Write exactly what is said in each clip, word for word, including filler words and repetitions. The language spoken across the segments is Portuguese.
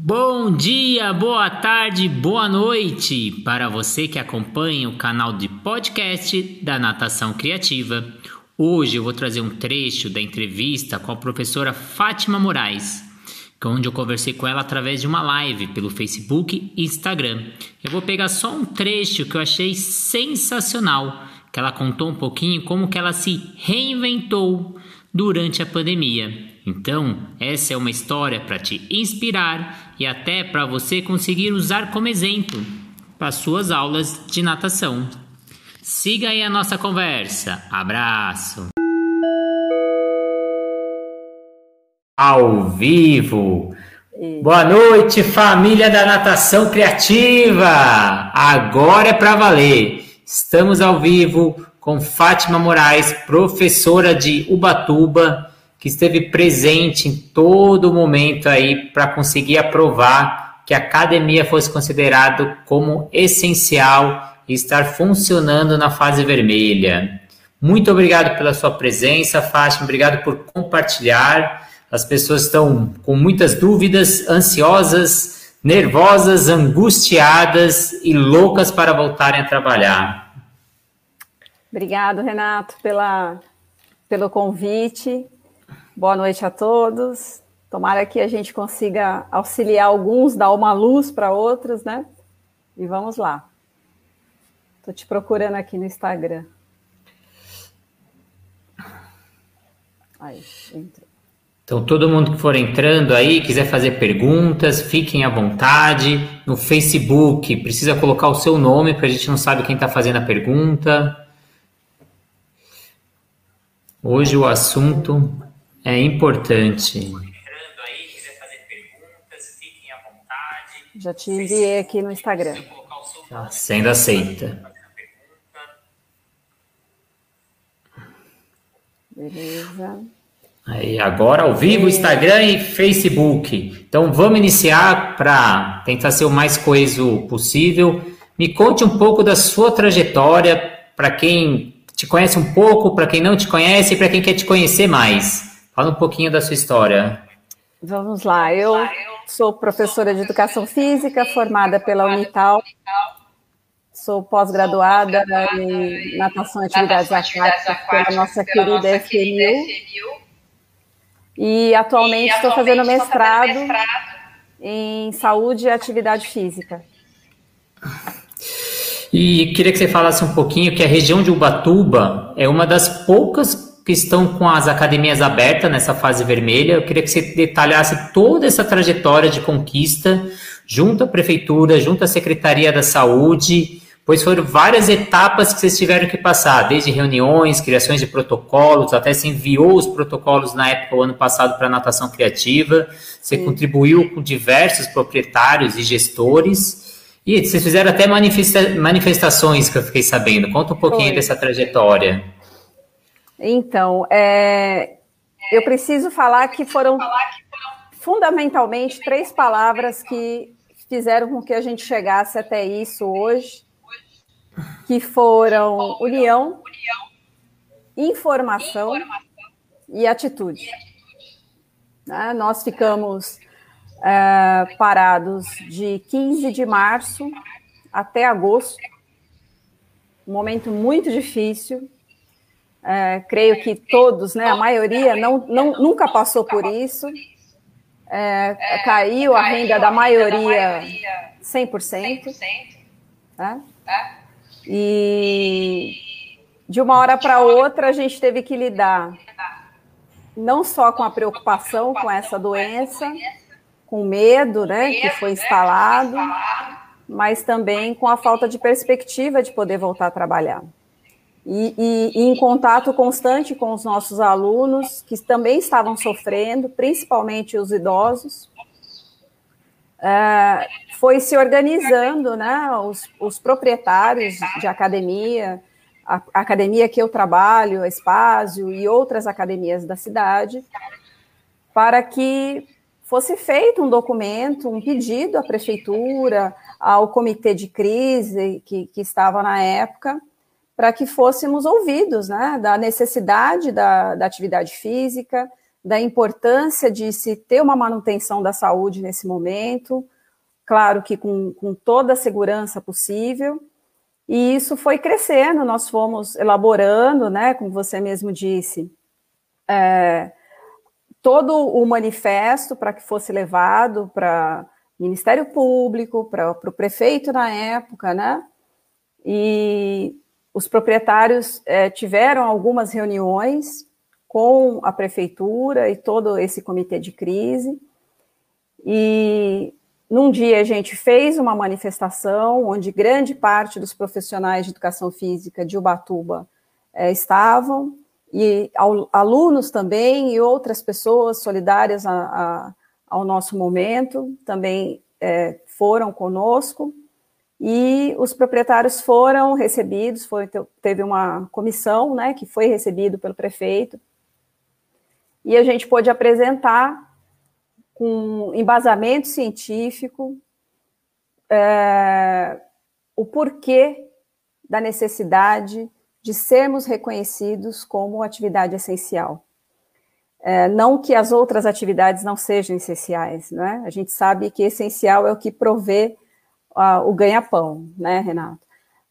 Bom dia, boa tarde, boa noite para você que acompanha o canal de podcast da Natação Criativa. Hoje eu vou trazer um trecho da entrevista com a professora Fátima Moraes, onde eu conversei com ela através de uma live pelo Facebook e Instagram. Eu vou pegar só um trecho que eu achei sensacional, que ela contou um pouquinho como que ela se reinventou durante a pandemia. Então, essa é uma história para te inspirar e até para você conseguir usar como exemplo para suas aulas de natação. Siga aí a nossa conversa. Abraço! Ao vivo! Boa noite, família da Natação Criativa! Agora é para valer! Estamos ao vivo com Fátima Moraes, professora de Ubatuba, que esteve presente em todo momento aí para conseguir aprovar que a academia fosse considerado como essencial e estar funcionando na fase vermelha. Muito obrigado pela sua presença, Fátima, obrigado por compartilhar. As pessoas estão com muitas dúvidas, ansiosas, nervosas, angustiadas e loucas para voltarem a trabalhar. Obrigado, Renato, pela, pelo convite. Boa noite a todos. Tomara que a gente consiga auxiliar alguns, dar uma luz para outros, né? E vamos lá. Estou te procurando aqui no Instagram. Aí, entrou. Então, todo mundo que for entrando aí, quiser fazer perguntas, fiquem à vontade. No Facebook, precisa colocar o seu nome, porque a gente não sabe quem está fazendo a pergunta. Hoje o assunto é importante. Já te enviei aqui no Instagram. Tá sendo aceita. Beleza. Aí, agora ao vivo, Instagram e Facebook. Então vamos iniciar para tentar ser o mais coeso possível. Me conte um pouco da sua trajetória, para quem te conhece um pouco, para quem não te conhece e para quem quer te conhecer mais. Fala um pouquinho da sua história. Vamos lá, eu sou professora de Educação Física, formada pela Unital, sou pós-graduada em Natação e Atividades Aquáticas pela nossa querida F M U, e atualmente estou fazendo mestrado em Saúde e Atividade Física. E queria que você falasse um pouquinho que a região de Ubatuba é uma das poucas que estão com as academias abertas nessa fase vermelha. Eu queria que você detalhasse toda essa trajetória de conquista junto à Prefeitura, junto à Secretaria da Saúde, pois foram várias etapas que vocês tiveram que passar, desde reuniões, criações de protocolos, até se enviou os protocolos na época, o ano passado, para a Natação Criativa, você Sim. contribuiu com diversos proprietários e gestores, e vocês fizeram até manifesta- manifestações que eu fiquei sabendo. Conta um pouquinho Foi. dessa trajetória. Então, é, eu preciso falar que foram fundamentalmente três palavras que fizeram com que a gente chegasse até isso hoje, que foram união, informação e atitude. Né? Nós ficamos é, parados de quinze de março até agosto, um momento muito difícil. É, creio que todos, né, a maioria não, não, nunca passou por isso. É, caiu a renda da maioria cem por cento. Né? E de uma hora para outra a gente teve que lidar não só com a preocupação com essa doença, com o medo, né, que foi instalado, mas também com a falta de perspectiva de poder voltar a trabalhar. E, e, e em contato constante com os nossos alunos, que também estavam sofrendo, principalmente os idosos, é, foi se organizando, né, os, os proprietários de academia, a, a academia que eu trabalho, a Espásio e outras academias da cidade, para que fosse feito um documento, um pedido à prefeitura, ao comitê de crise que, que estava na época, para que fôssemos ouvidos, né, da necessidade da, da atividade física, da importância de se ter uma manutenção da saúde nesse momento, claro que com, com toda a segurança possível, e isso foi crescendo, nós fomos elaborando, né, como você mesmo disse, é, todo o manifesto para que fosse levado para o Ministério Público, para o prefeito na época, né, e os proprietários é, tiveram algumas reuniões com a prefeitura e todo esse comitê de crise, e num dia a gente fez uma manifestação onde grande parte dos profissionais de educação física de Ubatuba é, estavam, e ao, alunos também, e outras pessoas solidárias a, a, ao nosso momento também é, foram conosco, e os proprietários foram recebidos, foi, teve uma comissão, né, que foi recebido pelo prefeito, e a gente pôde apresentar com embasamento científico é, o porquê da necessidade de sermos reconhecidos como atividade essencial. É, não que as outras atividades não sejam essenciais, né? A gente sabe que essencial é o que provê uh, o ganha-pão, né, Renato?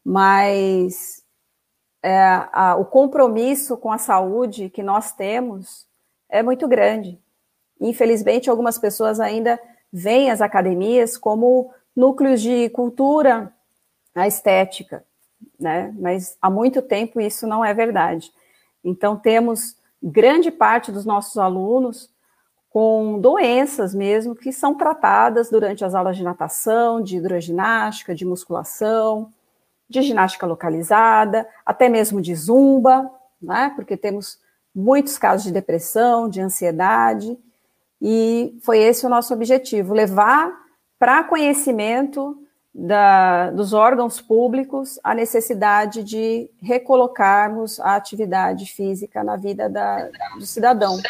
Mas é, a, o compromisso com a saúde que nós temos é muito grande. Infelizmente, algumas pessoas ainda veem as academias como núcleos de cultura, a estética, né? Mas há muito tempo isso não é verdade. Então, temos grande parte dos nossos alunos com doenças mesmo que são tratadas durante as aulas de natação, de hidroginástica, de musculação, de ginástica localizada, até mesmo de zumba, né? Porque temos muitos casos de depressão, de ansiedade, e foi esse o nosso objetivo, levar para conhecimento da, dos órgãos públicos a necessidade de recolocarmos a atividade física na vida da, do cidadão.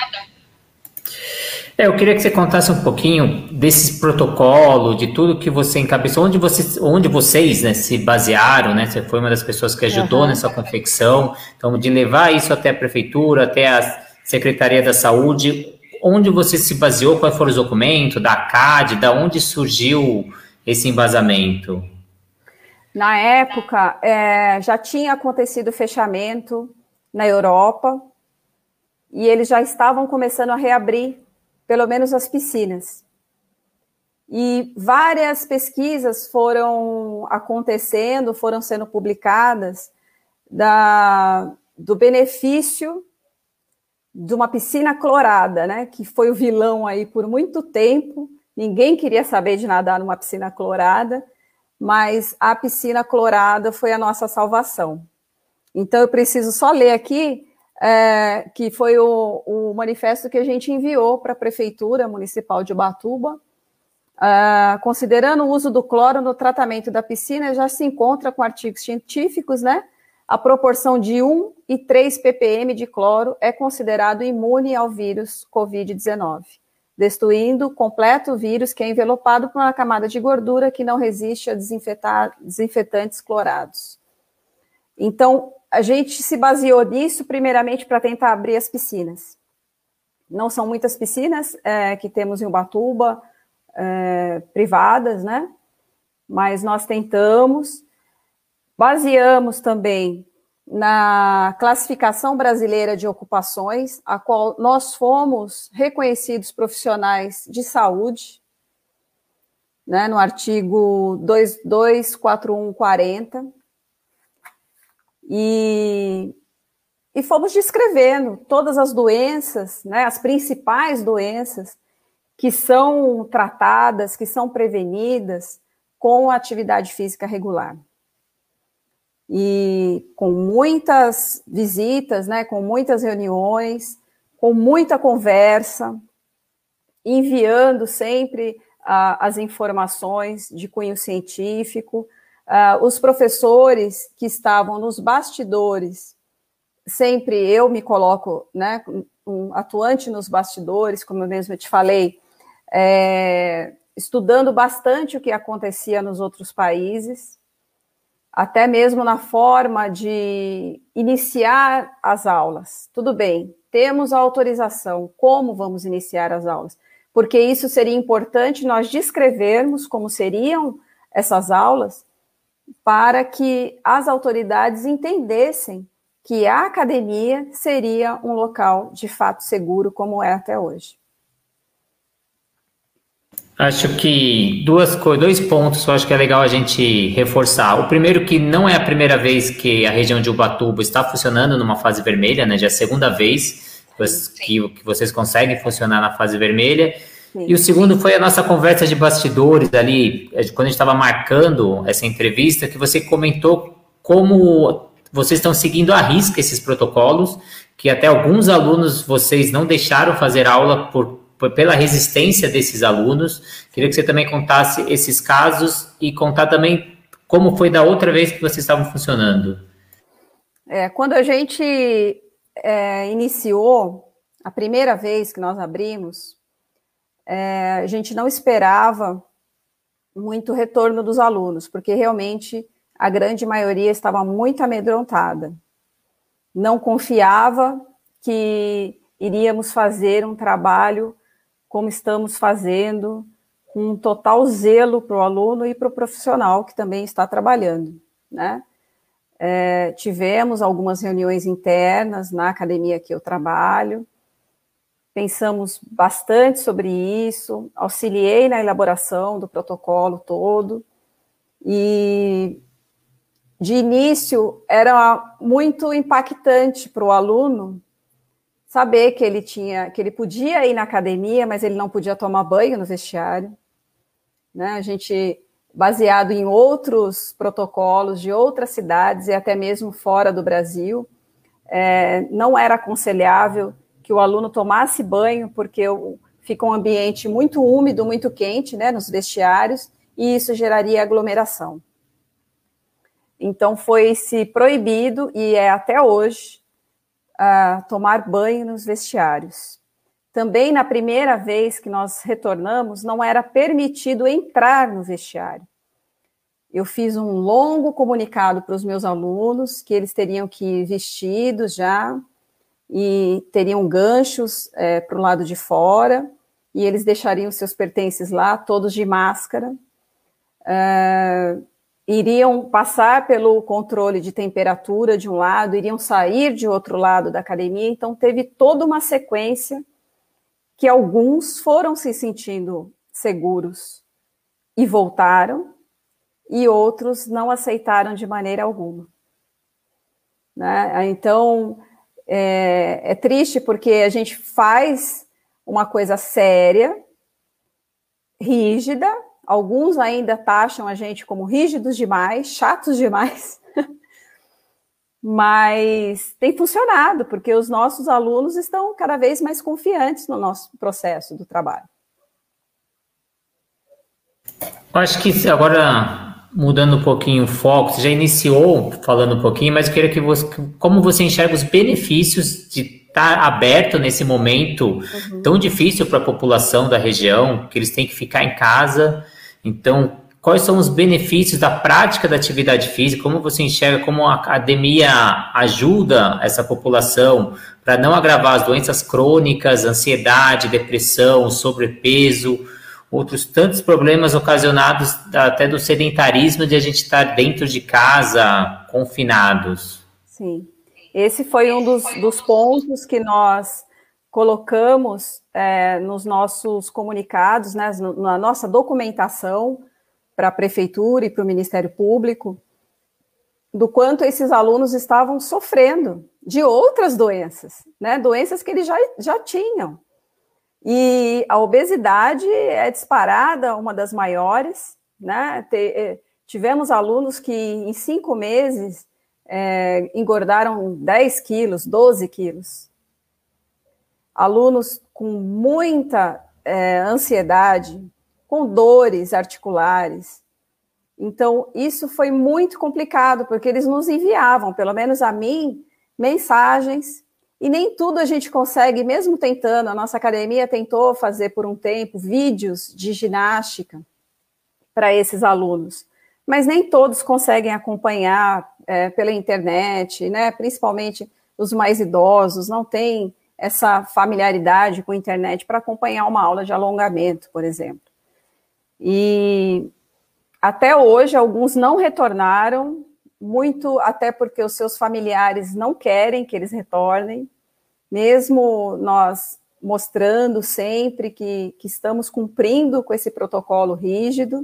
É, eu queria que você contasse um pouquinho desse protocolo, de tudo que você encabeçou, onde, você, onde vocês, né, se basearam, né? Você foi uma das pessoas que ajudou uhum. nessa confecção, então de levar isso até a prefeitura, até a Secretaria da Saúde, onde você se baseou, quais foram os documentos, da C A D, da onde surgiu esse embasamento? Na época, é, já tinha acontecido o fechamento na Europa, e eles já estavam começando a reabrir pelo menos as piscinas. E várias pesquisas foram acontecendo, foram sendo publicadas da, do benefício de uma piscina clorada, né, que foi o vilão aí por muito tempo. Ninguém queria saber de nadar numa piscina clorada, mas a piscina clorada foi a nossa salvação. Então, eu preciso só ler aqui, É, que foi o, o manifesto que a gente enviou para a Prefeitura Municipal de Ubatuba, uh, considerando o uso do cloro no tratamento da piscina, já se encontra com artigos científicos, né? A proporção de um e três ppm de cloro é considerado imune ao vírus covid dezenove, destruindo completo o vírus que é envelopado por uma camada de gordura que não resiste a desinfetar, desinfetantes clorados. Então, a gente se baseou nisso, primeiramente, para tentar abrir as piscinas. Não são muitas piscinas é, que temos em Ubatuba, é, privadas, né? Mas nós tentamos, baseamos também na classificação brasileira de ocupações, a qual nós fomos reconhecidos profissionais de saúde, né, no artigo dois dois quatro um quarenta, E, e fomos descrevendo todas as doenças, né, as principais doenças que são tratadas, que são prevenidas com a atividade física regular. E com muitas visitas, né, com muitas reuniões, com muita conversa, enviando sempre uh, as informações de cunho científico. Uh, os professores que estavam nos bastidores, sempre eu me coloco, né, um atuante nos bastidores, como eu mesmo te falei, é, estudando bastante o que acontecia nos outros países, até mesmo na forma de iniciar as aulas. Tudo bem, temos a autorização, como vamos iniciar as aulas? Porque isso seria importante nós descrevermos como seriam essas aulas para que as autoridades entendessem que a academia seria um local de fato seguro, como é até hoje. Acho que duas, dois pontos eu acho que é legal a gente reforçar. O primeiro, que não é a primeira vez que a região de Ubatuba está funcionando numa fase vermelha, né? Já é a segunda vez que, que vocês conseguem funcionar na fase vermelha. Sim. E o segundo foi a nossa conversa de bastidores ali, quando a gente estava marcando essa entrevista, que você comentou como vocês estão seguindo à risca esses protocolos, que até alguns alunos vocês não deixaram fazer aula por pela resistência desses alunos. Queria que você também contasse esses casos e contar também como foi da outra vez que vocês estavam funcionando. É, quando a gente é, iniciou, a primeira vez que nós abrimos, é, a gente não esperava muito retorno dos alunos, porque realmente a grande maioria estava muito amedrontada. Não confiava que iríamos fazer um trabalho como estamos fazendo, com um total zelo para o aluno e para o profissional que também está trabalhando, né? É, tivemos algumas reuniões internas na academia que eu trabalho, pensamos bastante sobre isso, auxiliei na elaboração do protocolo todo, e de início era muito impactante para o aluno saber que ele tinha, que ele podia ir na academia, mas ele não podia tomar banho no vestiário, né? A gente, baseado em outros protocolos de outras cidades e até mesmo fora do Brasil, é, não era aconselhável que o aluno tomasse banho, porque fica um ambiente muito úmido, muito quente, né, nos vestiários, e isso geraria aglomeração. Então foi-se proibido, e é até hoje, a tomar banho nos vestiários. Também na primeira vez que nós retornamos, não era permitido entrar no vestiário. Eu fiz um longo comunicado para os meus alunos, que eles teriam que ir vestidos já, e teriam ganchos é, para o lado de fora, e eles deixariam seus pertences lá, todos de máscara. É, iriam passar pelo controle de temperatura de um lado, iriam sair de outro lado da academia, então teve toda uma sequência que alguns foram se sentindo seguros e voltaram, e outros não aceitaram de maneira alguma, né? Então, é, é triste porque a gente faz uma coisa séria, rígida. Alguns ainda taxam a gente como rígidos demais, chatos demais, mas tem funcionado, porque os nossos alunos estão cada vez mais confiantes no nosso processo do trabalho. Eu acho que agora, mudando um pouquinho o foco, você já iniciou falando um pouquinho, mas eu queria que você, como você enxerga os benefícios de estar aberto nesse momento uhum. tão difícil para a população da região, que eles têm que ficar em casa. Então, quais são os benefícios da prática da atividade física? Como você enxerga como a academia ajuda essa população para não agravar as doenças crônicas, ansiedade, depressão, sobrepeso, outros tantos problemas ocasionados até do sedentarismo de a gente estar dentro de casa, confinados? Sim, esse foi um dos, dos pontos que nós colocamos é, nos nossos comunicados, né, na nossa documentação para a Prefeitura e para o Ministério Público, do quanto esses alunos estavam sofrendo de outras doenças, né, doenças que eles já, já tinham. E a obesidade é disparada, uma das maiores, né? Te, tivemos alunos que em cinco meses é, engordaram dez quilos, doze quilos. Alunos com muita é, ansiedade, com dores articulares. Então, isso foi muito complicado, porque eles nos enviavam, pelo menos a mim, mensagens, e nem tudo a gente consegue, mesmo tentando. A nossa academia tentou fazer por um tempo vídeos de ginástica para esses alunos, mas nem todos conseguem acompanhar é, pela internet, né? Principalmente os mais idosos, não têm essa familiaridade com a internet para acompanhar uma aula de alongamento, por exemplo. E até hoje, alguns não retornaram, muito até porque os seus familiares não querem que eles retornem, mesmo nós mostrando sempre que, que estamos cumprindo com esse protocolo rígido.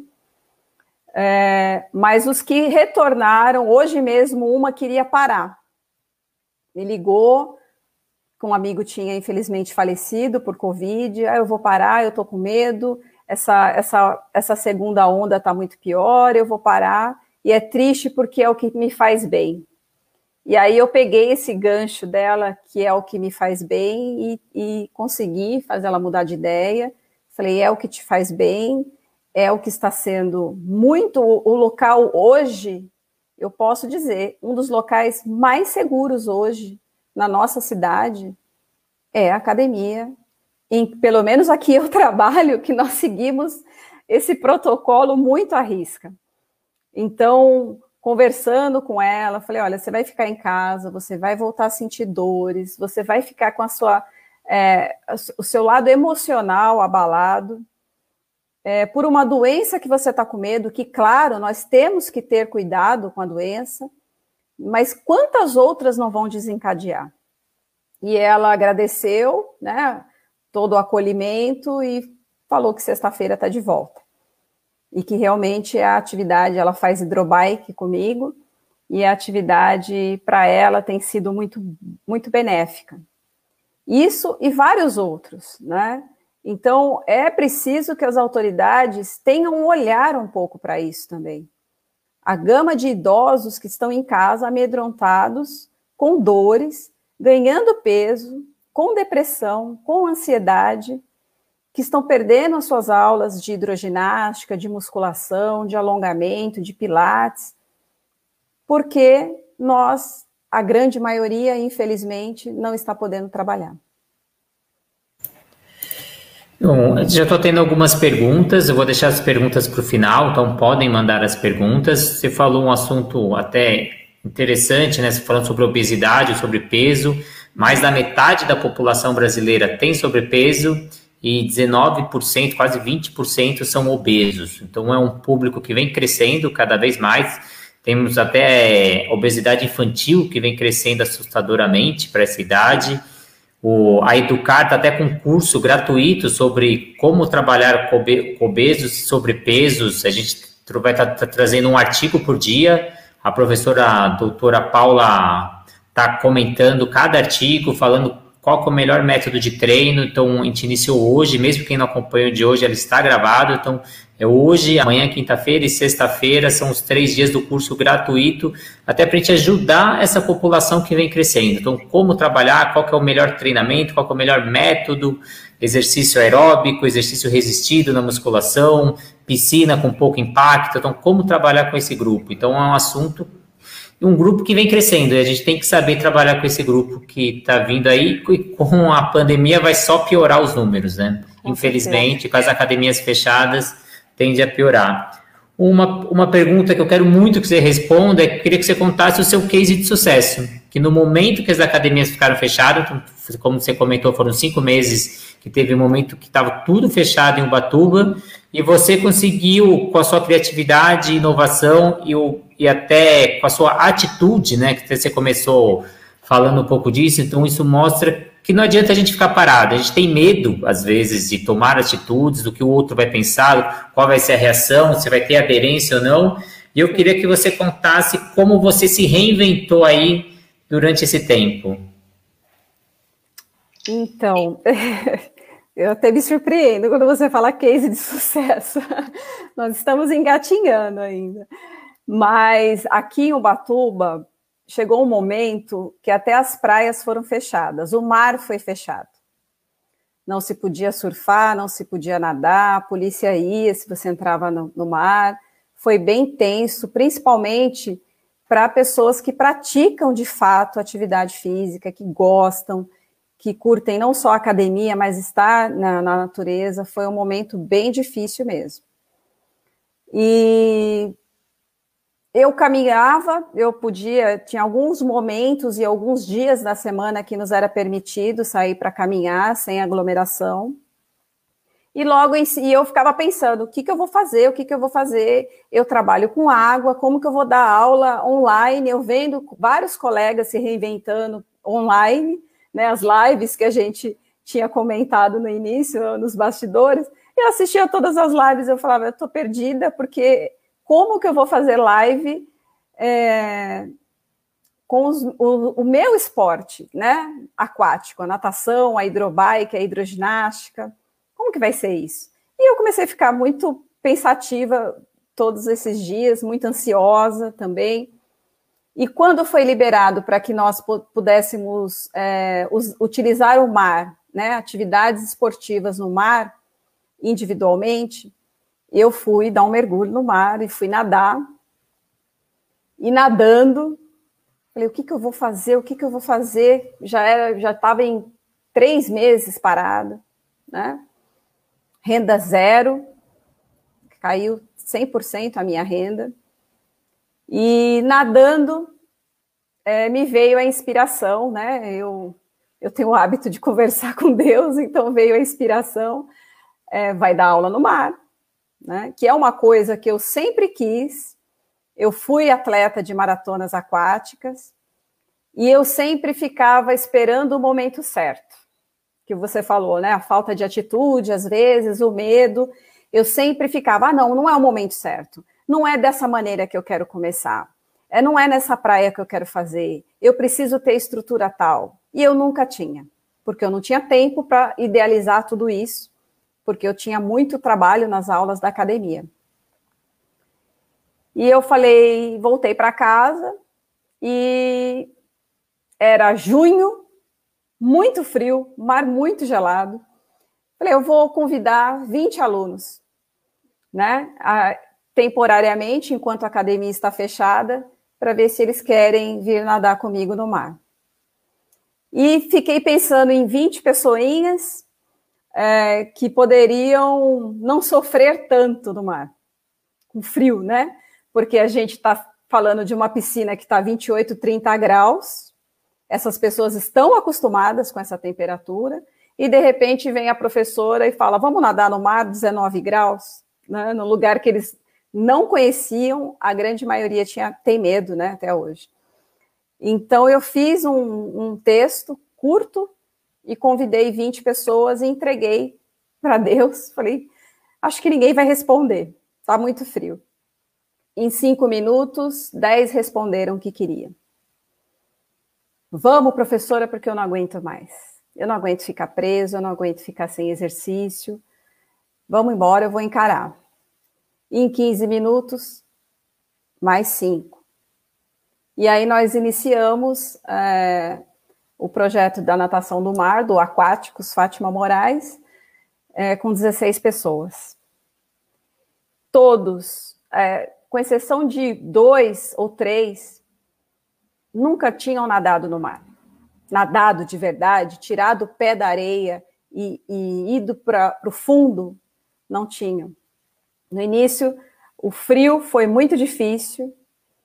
É, mas os que retornaram, hoje mesmo uma queria parar. Me ligou, que um amigo tinha infelizmente falecido por Covid, ah, eu vou parar, eu estou com medo, essa, essa, essa segunda onda está muito pior, eu vou parar, e é triste porque é o que me faz bem. E aí eu peguei esse gancho dela, que é o que me faz bem, e, e consegui fazer ela mudar de ideia. Falei, é o que te faz bem, é o que está sendo muito, o local hoje, eu posso dizer, um dos locais mais seguros hoje na nossa cidade é a academia. Em, pelo menos aqui eu trabalho, que nós seguimos esse protocolo muito à risca. Então, conversando com ela, falei, olha, você vai ficar em casa, você vai voltar a sentir dores, você vai ficar com a sua, é, o seu lado emocional abalado, é, por uma doença que você está com medo, que, claro, nós temos que ter cuidado com a doença, mas quantas outras não vão desencadear? E ela agradeceu, né, todo o acolhimento e falou que sexta-feira está de volta. E que realmente a atividade, ela faz hidrobike comigo, e a atividade para ela tem sido muito, muito benéfica. Isso e vários outros, né? Então, é preciso que as autoridades tenham um olhar um pouco para isso também. A gama de idosos que estão em casa amedrontados, com dores, ganhando peso, com depressão, com ansiedade, que estão perdendo as suas aulas de hidroginástica, de musculação, de alongamento, de pilates, porque nós, a grande maioria, infelizmente, não está podendo trabalhar. Bom, já estou tendo algumas perguntas, eu vou deixar as perguntas para o final, então podem mandar as perguntas. Você falou um assunto até interessante, né? Você falando sobre obesidade, sobre peso. Mais da metade da população brasileira tem sobrepeso e dezenove por cento, quase vinte por cento são obesos. Então é um público que vem crescendo cada vez mais. Temos até obesidade infantil que vem crescendo assustadoramente para essa idade. O, a Educar está até com um curso gratuito sobre como trabalhar com obesos, sobrepesos. A gente vai estar tá, tá trazendo um artigo por dia. A professora a doutora Paula está comentando cada artigo, falando qual que é o melhor método de treino. Então, a gente iniciou hoje, mesmo quem não acompanhou de hoje, ela está gravado. Então, é hoje, amanhã, quinta-feira e sexta-feira, são os três dias do curso gratuito, até para a gente ajudar essa população que vem crescendo. Então, como trabalhar, qual que é o melhor treinamento, qual que é o melhor método, exercício aeróbico, exercício resistido na musculação, piscina com pouco impacto. Então, como trabalhar com esse grupo? Então, é um assunto, um grupo que vem crescendo, e a gente tem que saber trabalhar com esse grupo que está vindo aí, e com a pandemia vai só piorar os números, né? Com Infelizmente, certeza. Com as academias fechadas, tende a piorar. Uma, uma pergunta que eu quero muito que você responda é que eu queria que você contasse o seu case de sucesso, que no momento que as academias ficaram fechadas, como você comentou, foram cinco meses que teve um momento que estava tudo fechado em Ubatuba, e você conseguiu, com a sua criatividade, inovação e, o, e até com a sua atitude, né, que você começou falando um pouco disso, então isso mostra que não adianta a gente ficar parado, a gente tem medo, às vezes, de tomar atitudes, do que o outro vai pensar, qual vai ser a reação, se vai ter aderência ou não, e eu queria que você contasse como você se reinventou aí durante esse tempo. Então, eu até me surpreendo quando você fala case de sucesso, nós estamos engatinhando ainda, mas aqui em Ubatuba, chegou um momento que até as praias foram fechadas, o mar foi fechado. Não se podia surfar, não se podia nadar, a polícia ia se você entrava no, no mar. Foi bem tenso, principalmente para pessoas que praticam de fato atividade física, que gostam, que curtem não só a academia, mas estar na, na natureza. Foi um momento bem difícil mesmo. E eu caminhava, eu podia, tinha alguns momentos e alguns dias da semana que nos era permitido sair para caminhar sem aglomeração. E logo em si eu ficava pensando, o que, que eu vou fazer, o que, que eu vou fazer? Eu trabalho com água, como que eu vou dar aula online? Eu vendo vários colegas se reinventando online, né, as lives que a gente tinha comentado no início, nos bastidores. Eu assistia todas as lives, eu falava, eu estou perdida, porque como que eu vou fazer live é, com os, o, o meu esporte, né, aquático, a natação, a hidrobike, a hidroginástica? Como que vai ser isso? E eu comecei a ficar muito pensativa todos esses dias, muito ansiosa também. E quando foi liberado para que nós pudéssemos é, us, utilizar o mar, né, atividades esportivas no mar, individualmente, eu fui dar um mergulho no mar e fui nadar. E nadando, falei, o que, que eu vou fazer? O que, que eu vou fazer? Já era, já estava em três meses parada, né? Renda zero, caiu cem por cento a minha renda. E nadando, é, me veio a inspiração, né? Eu, eu tenho o hábito de conversar com Deus, então veio a inspiração, é, vai dar aula no mar, né? Que é uma coisa que eu sempre quis. Eu fui atleta de maratonas aquáticas e eu sempre ficava esperando o momento certo. Que você falou, né? A falta de atitude, às vezes, o medo. Eu sempre ficava, ah, não, não é o momento certo. Não é dessa maneira que eu quero começar. É, não é nessa praia que eu quero fazer. Eu preciso ter estrutura tal. E eu nunca tinha, porque eu não tinha tempo para idealizar tudo isso, porque eu tinha muito trabalho nas aulas da academia. E eu falei, voltei para casa e era junho, muito frio, mar muito gelado. Falei, eu vou convidar vinte alunos, né, a, temporariamente, enquanto a academia está fechada, para ver se eles querem vir nadar comigo no mar. E fiquei pensando em vinte pessoinhas é, que poderiam não sofrer tanto no mar, com frio, né? Porque a gente está falando de uma piscina que está vinte e oito, trinta graus, essas pessoas estão acostumadas com essa temperatura, e de repente vem a professora e fala, vamos nadar no mar, dezenove graus, né, no lugar que eles não conheciam, a grande maioria tinha, tem medo, né, até hoje. Então eu fiz um, um texto curto e convidei vinte pessoas e entreguei para Deus, falei, acho que ninguém vai responder, está muito frio. Em cinco minutos, dez responderam que queriam. Vamos, professora, porque eu não aguento mais. Eu não aguento ficar preso, eu não aguento ficar sem exercício. Vamos embora, eu vou encarar. E em quinze minutos, mais cinco. E aí nós iniciamos é, o projeto da natação do mar, do Aquáticos Fátima Moraes, é, com dezesseis pessoas. Todos, é, com exceção de dois ou três, nunca tinham nadado no mar. Nadado de verdade, tirado o pé da areia e, e ido para o fundo, não tinham. No início, o frio foi muito difícil.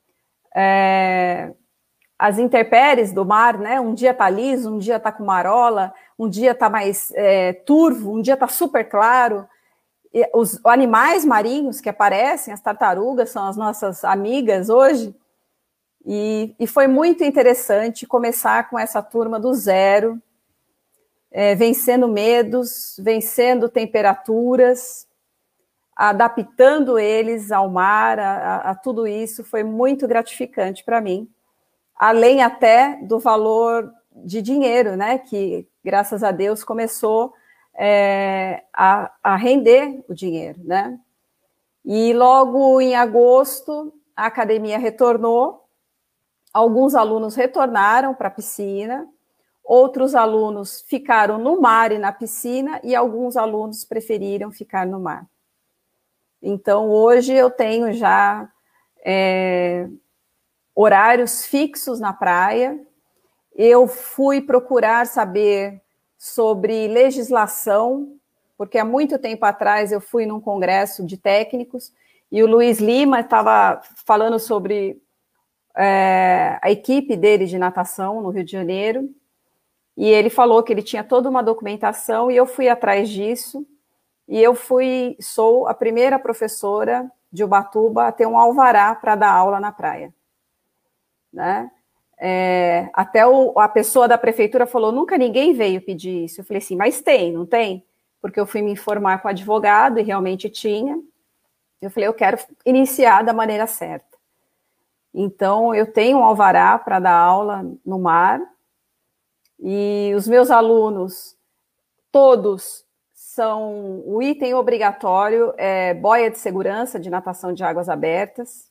É, as intempéries do mar, né? Um dia está liso, um dia está com marola, um dia está mais é, turvo, um dia está super claro. E os animais marinhos que aparecem, as tartarugas, são as nossas amigas hoje. E, e foi muito interessante começar com essa turma do zero, é, vencendo medos, vencendo temperaturas, adaptando eles ao mar, a, a, a tudo isso. Foi muito gratificante para mim, além até do valor de dinheiro, né, que, graças a Deus, começou é, a, a render o dinheiro, né? E logo em agosto, a academia retornou. Alguns alunos retornaram para a piscina, outros alunos ficaram no mar e na piscina, e alguns alunos preferiram ficar no mar. Então, hoje eu tenho já é, horários fixos na praia. Eu fui procurar saber sobre legislação, porque há muito tempo atrás eu fui num congresso de técnicos, e o Luiz Lima estava falando sobre é, a equipe dele de natação no Rio de Janeiro, e ele falou que ele tinha toda uma documentação, e eu fui atrás disso, e eu fui, sou a primeira professora de Ubatuba a ter um alvará para dar aula na praia, né? É, até o, a pessoa da prefeitura falou, nunca ninguém veio pedir isso. Eu falei assim, mas tem, não tem? Porque eu fui me informar com o advogado e realmente tinha. Eu falei, eu quero iniciar da maneira certa. Então, eu tenho um alvará para dar aula no mar, e os meus alunos, todos, são, o item obrigatório é boia de segurança de natação de águas abertas.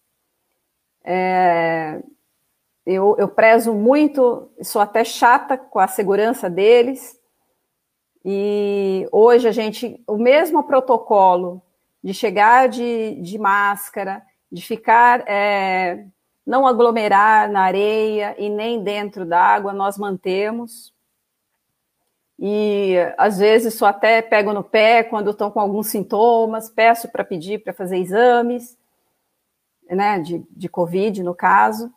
É, eu, eu prezo muito, sou até chata com a segurança deles, e hoje a gente, o mesmo protocolo de chegar de, de máscara, de ficar, é, não aglomerar na areia e nem dentro da água, nós mantemos. E às vezes só até pego no pé quando estão com alguns sintomas, peço para pedir para fazer exames, né, de, de Covid, no caso,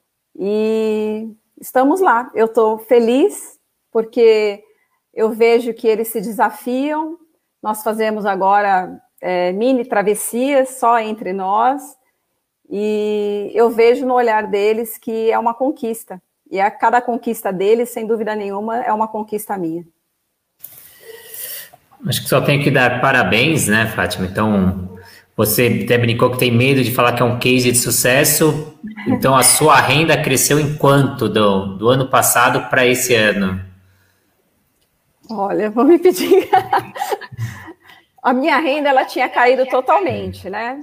e estamos lá. Eu estou feliz porque eu vejo que eles se desafiam, nós fazemos agora é, mini travessias só entre nós, e eu vejo no olhar deles que é uma conquista. E a cada conquista deles, sem dúvida nenhuma, é uma conquista minha. Acho que só tenho que dar parabéns, né, Fátima? Então, você até brincou que tem medo de falar que é um case de sucesso. Então, a sua renda cresceu em quanto do, do ano passado para esse ano? Olha, vou me pedir. A minha renda, ela tinha caído totalmente, né?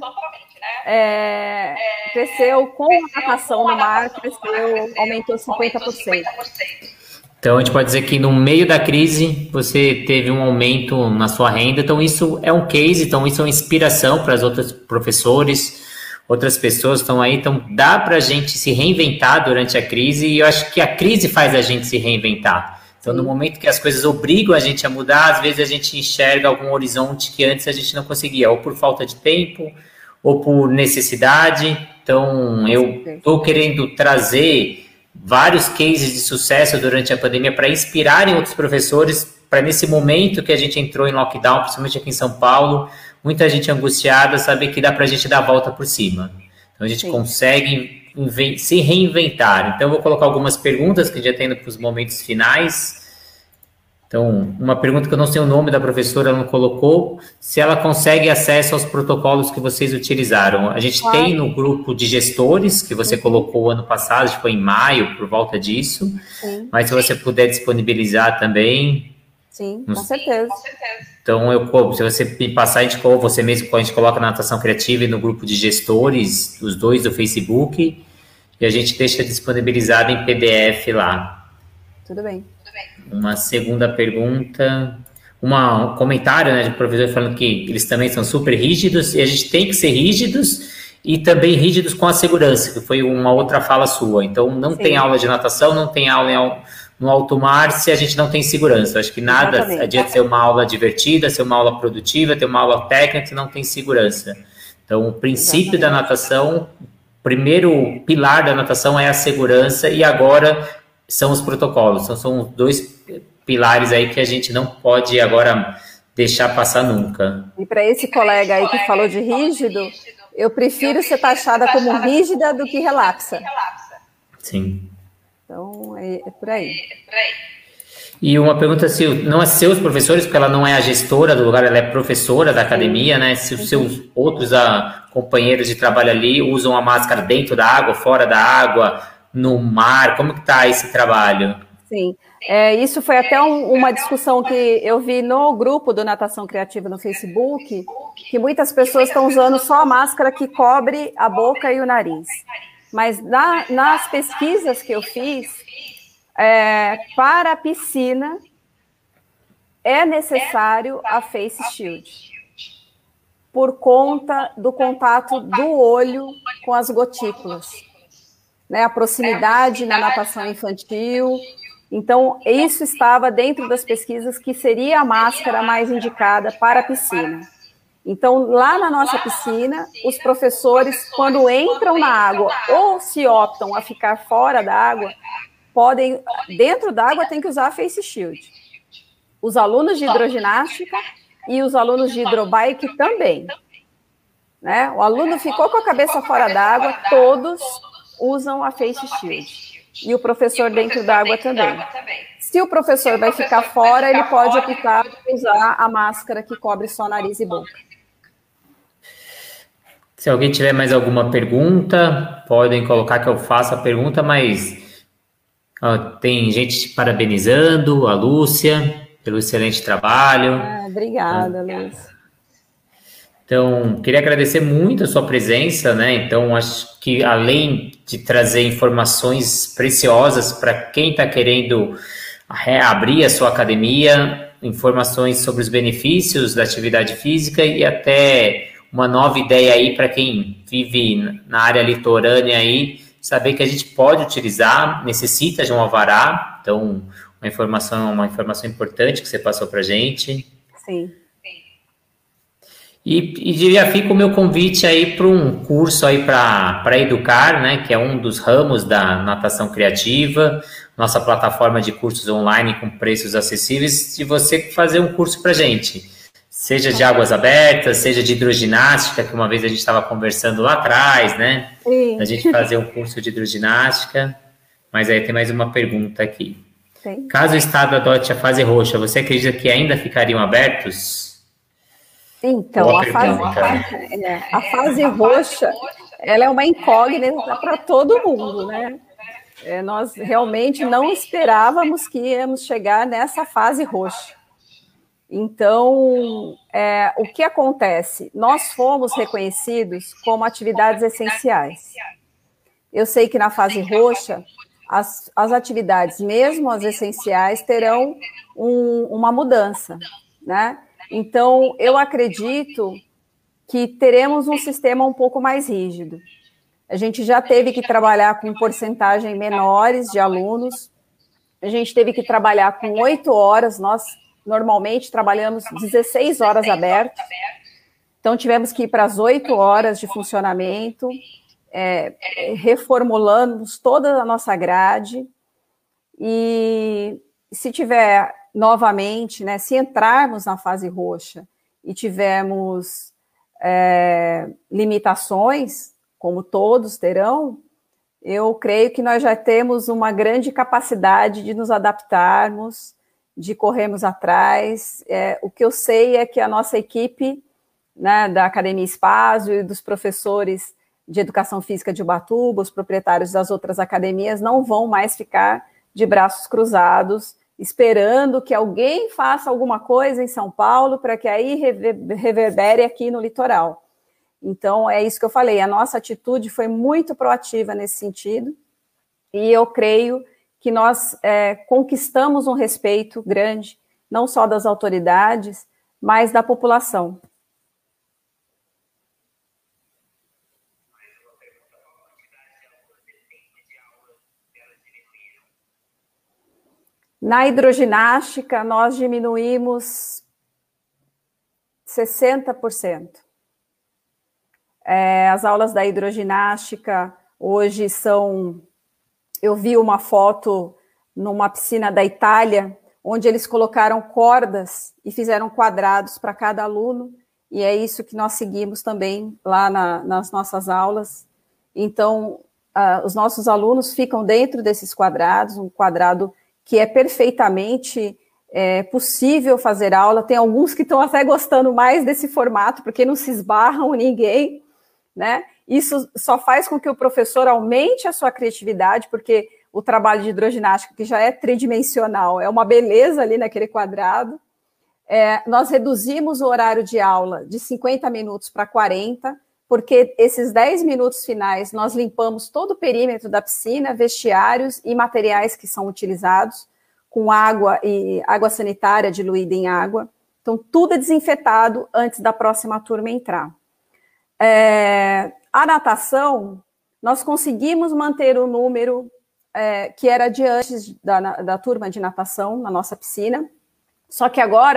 É, cresceu com a natação no mar, cresceu, aumentou cinquenta por cento. Então, a gente pode dizer que no meio da crise você teve um aumento na sua renda. Então, isso é um case, então isso é uma inspiração para os outros professores, outras pessoas estão aí. Então, dá para a gente se reinventar durante a crise, e eu acho que a crise faz a gente se reinventar. Então, no momento que as coisas obrigam a gente a mudar, às vezes a gente enxerga algum horizonte que antes a gente não conseguia, ou por falta de tempo, ou por necessidade. Então, eu estou querendo trazer vários cases de sucesso durante a pandemia para inspirarem outros professores, para nesse momento que a gente entrou em lockdown, principalmente aqui em São Paulo, muita gente angustiada, saber que dá para a gente dar a volta por cima. Então, a gente Sim. consegue se reinventar. Então, eu vou colocar algumas perguntas que já tendo para os momentos finais. Então, uma pergunta que eu não sei o nome da professora, ela não colocou, se ela consegue acesso aos protocolos que vocês utilizaram. A gente claro. tem no grupo de gestores, que você uhum. colocou ano passado, acho que foi em maio, por volta disso, Sim. mas se você puder disponibilizar também... Sim, com certeza. Então, eu, se você me passar, a gente, você mesmo, a gente coloca na Natação Criativa e no grupo de gestores, os dois do Facebook, e a gente deixa disponibilizado em P D F lá. Tudo bem. Uma segunda pergunta, uma, um comentário, né, de professor falando que eles também são super rígidos, e a gente tem que ser rígidos e também rígidos com a segurança, que foi uma outra fala sua. Então, não Sim. tem aula de natação, não tem aula em, no alto mar se a gente não tem segurança. Eu acho que nada Exatamente. adianta ser uma aula divertida, ser uma aula produtiva, ter uma aula técnica se não tem segurança. Então, o princípio Exatamente. da natação, o primeiro pilar da natação é a segurança, e agora são os protocolos. Então, são os dois pilares aí que a gente não pode agora deixar passar nunca. E para esse colega aí que falou de rígido, eu prefiro ser taxada como rígida do que relaxa. Sim. Então, é, é por aí. E uma pergunta, se não é seus professores, porque ela não é a gestora do lugar, ela é professora da academia, Sim. né? Se os seus outros a, companheiros de trabalho ali usam a máscara dentro da água, fora da água, no mar, como que está esse trabalho? Sim, é, isso foi até um, uma discussão que eu vi no grupo do Natação Criativa no Facebook, que muitas pessoas estão usando só a máscara que cobre a boca e o nariz. Mas na, nas pesquisas que eu fiz, é, para a piscina, é necessário a face shield, por conta do contato do olho com as gotículas, né, a proximidade na natação infantil. Então, isso estava dentro das pesquisas que seria a máscara mais indicada para a piscina. Então, lá na nossa piscina, os professores, quando entram na água ou se optam a ficar fora da água, podem, dentro da água tem que usar a face shield. Os alunos de hidroginástica e os alunos de hidrobike também. Né? O aluno ficou com a cabeça fora d'água, todos usam a face shield. E o professor dentro da água também. Se o professor vai ficar fora, ele pode optar por usar a máscara que cobre só nariz e boca. Se alguém tiver mais alguma pergunta, podem colocar que eu faça a pergunta, mas ó, tem gente te parabenizando, a Lúcia, pelo excelente trabalho. Ah, obrigada, Lúcia. Então, queria agradecer muito a sua presença, né? Então, acho que além de trazer informações preciosas para quem está querendo abrir a sua academia, informações sobre os benefícios da atividade física e até uma nova ideia aí para quem vive na área litorânea aí, saber que a gente pode utilizar, necessita de um alvará. Então, uma informação, uma informação importante que você passou para a gente. Sim. E, e já fica o meu convite aí para um curso aí para educar, né, que é um dos ramos da natação criativa, nossa plataforma de cursos online com preços acessíveis, de você fazer um curso para a gente, seja de águas abertas, seja de hidroginástica, que uma vez a gente estava conversando lá atrás, né, Sim. a gente fazer um curso de hidroginástica, mas aí tem mais uma pergunta aqui. Sim. Caso o Estado adote a fase roxa, você acredita que ainda ficariam abertos? Então, a fase, é, a fase roxa, ela é uma incógnita para todo mundo, né? É, nós realmente não esperávamos que íamos chegar nessa fase roxa. Então, é, o que acontece? Nós fomos reconhecidos como atividades essenciais. Eu sei que na fase roxa, as, as atividades, mesmo as essenciais, terão um, uma mudança, né? Então, eu acredito que teremos um sistema um pouco mais rígido. A gente já teve que trabalhar com porcentagem menores de alunos, a gente teve que trabalhar com oito horas, nós normalmente trabalhamos dezesseis horas abertas, então tivemos que ir para as oito horas de funcionamento, é, reformulamos toda a nossa grade, e se tiver... novamente, né, se entrarmos na fase roxa e tivermos é, limitações, como todos terão, eu creio que nós já temos uma grande capacidade de nos adaptarmos, de corrermos atrás. É, o que eu sei é que a nossa equipe, né, da Academia Espásio e dos professores de Educação Física de Ubatuba, os proprietários das outras academias, não vão mais ficar de braços cruzados, esperando que alguém faça alguma coisa em São Paulo para que aí reverbere aqui no litoral. Então, é isso que eu falei, a nossa atitude foi muito proativa nesse sentido, e eu creio que nós é, conquistamos um respeito grande, não só das autoridades, mas da população. Na hidroginástica, nós diminuímos sessenta por cento. É, as aulas da hidroginástica hoje são... Eu vi uma foto numa piscina da Itália, onde eles colocaram cordas e fizeram quadrados para cada aluno, e é isso que nós seguimos também lá na, nas nossas aulas. Então, uh, os nossos alunos ficam dentro desses quadrados, um quadrado que é perfeitamente é, possível fazer aula. Tem alguns que estão até gostando mais desse formato, porque não se esbarram ninguém, né? Isso só faz com que o professor aumente a sua criatividade, porque o trabalho de hidroginástica, que já é tridimensional, é uma beleza ali naquele quadrado. É, nós reduzimos o horário de aula de cinquenta minutos para quarenta, porque esses dez minutos finais nós limpamos todo o perímetro da piscina, vestiários e materiais que são utilizados, com água e água sanitária diluída em água. Então, tudo é desinfetado antes da próxima turma entrar. É, a natação, nós conseguimos manter o número é, que era de antes da, da turma de natação na nossa piscina, só que agora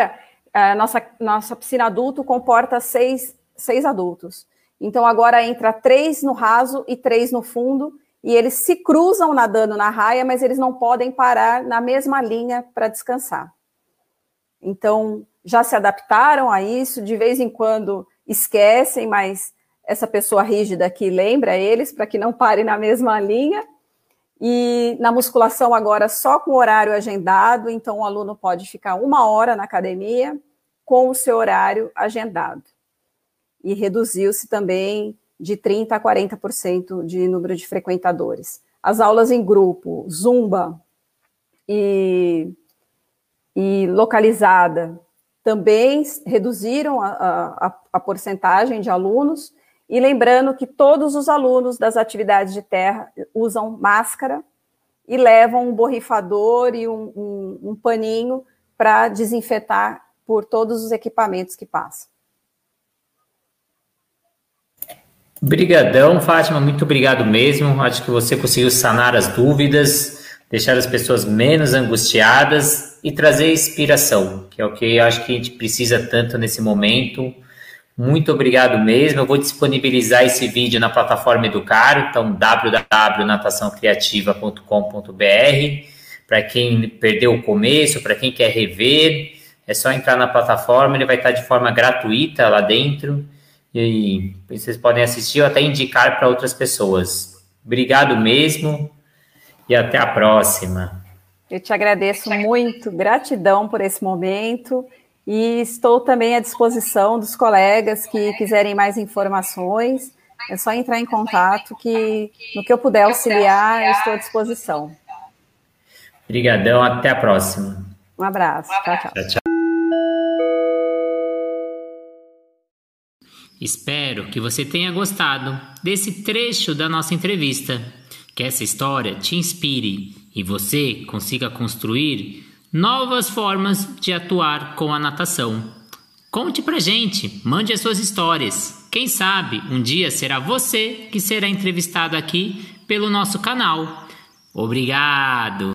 a nossa, nossa piscina adulto comporta seis, seis adultos. Então, agora entra três no raso e três no fundo, e eles se cruzam nadando na raia, mas eles não podem parar na mesma linha para descansar. Então, já se adaptaram a isso, de vez em quando esquecem, mas essa pessoa rígida aqui lembra eles para que não parem na mesma linha. E na musculação agora só com horário agendado, então o aluno pode ficar uma hora na academia com o seu horário agendado. E reduziu-se também de trinta por cento a quarenta por cento de número de frequentadores. As aulas em grupo, Zumba e, e localizada, também reduziram a, a, a porcentagem de alunos. E lembrando que todos os alunos das atividades de terra usam máscara e levam um borrifador e um, um, um paninho para desinfetar por todos os equipamentos que passam. Obrigadão, Fátima, muito obrigado mesmo. Acho que você conseguiu sanar as dúvidas, deixar as pessoas menos angustiadas e trazer inspiração, que é o que eu acho que a gente precisa tanto nesse momento. Muito obrigado mesmo. Eu vou disponibilizar esse vídeo na plataforma Educaro, então w w w ponto natação criativa ponto com ponto b r. Para quem perdeu o começo, para quem quer rever, é só entrar na plataforma, ele vai estar de forma gratuita lá dentro. E vocês podem assistir ou até indicar para outras pessoas. Obrigado mesmo e até a próxima. Eu te agradeço muito, gratidão por esse momento. E estou também à disposição dos colegas que quiserem mais informações. É só entrar em contato que, no que eu puder auxiliar, eu estou à disposição. Obrigadão, até a próxima. Um abraço. Tchau, tchau. Tchau, tchau. Espero que você tenha gostado desse trecho da nossa entrevista. Que essa história te inspire e você consiga construir novas formas de atuar com a natação. Conte pra gente, mande as suas histórias. Quem sabe um dia será você que será entrevistado aqui pelo nosso canal. Obrigado!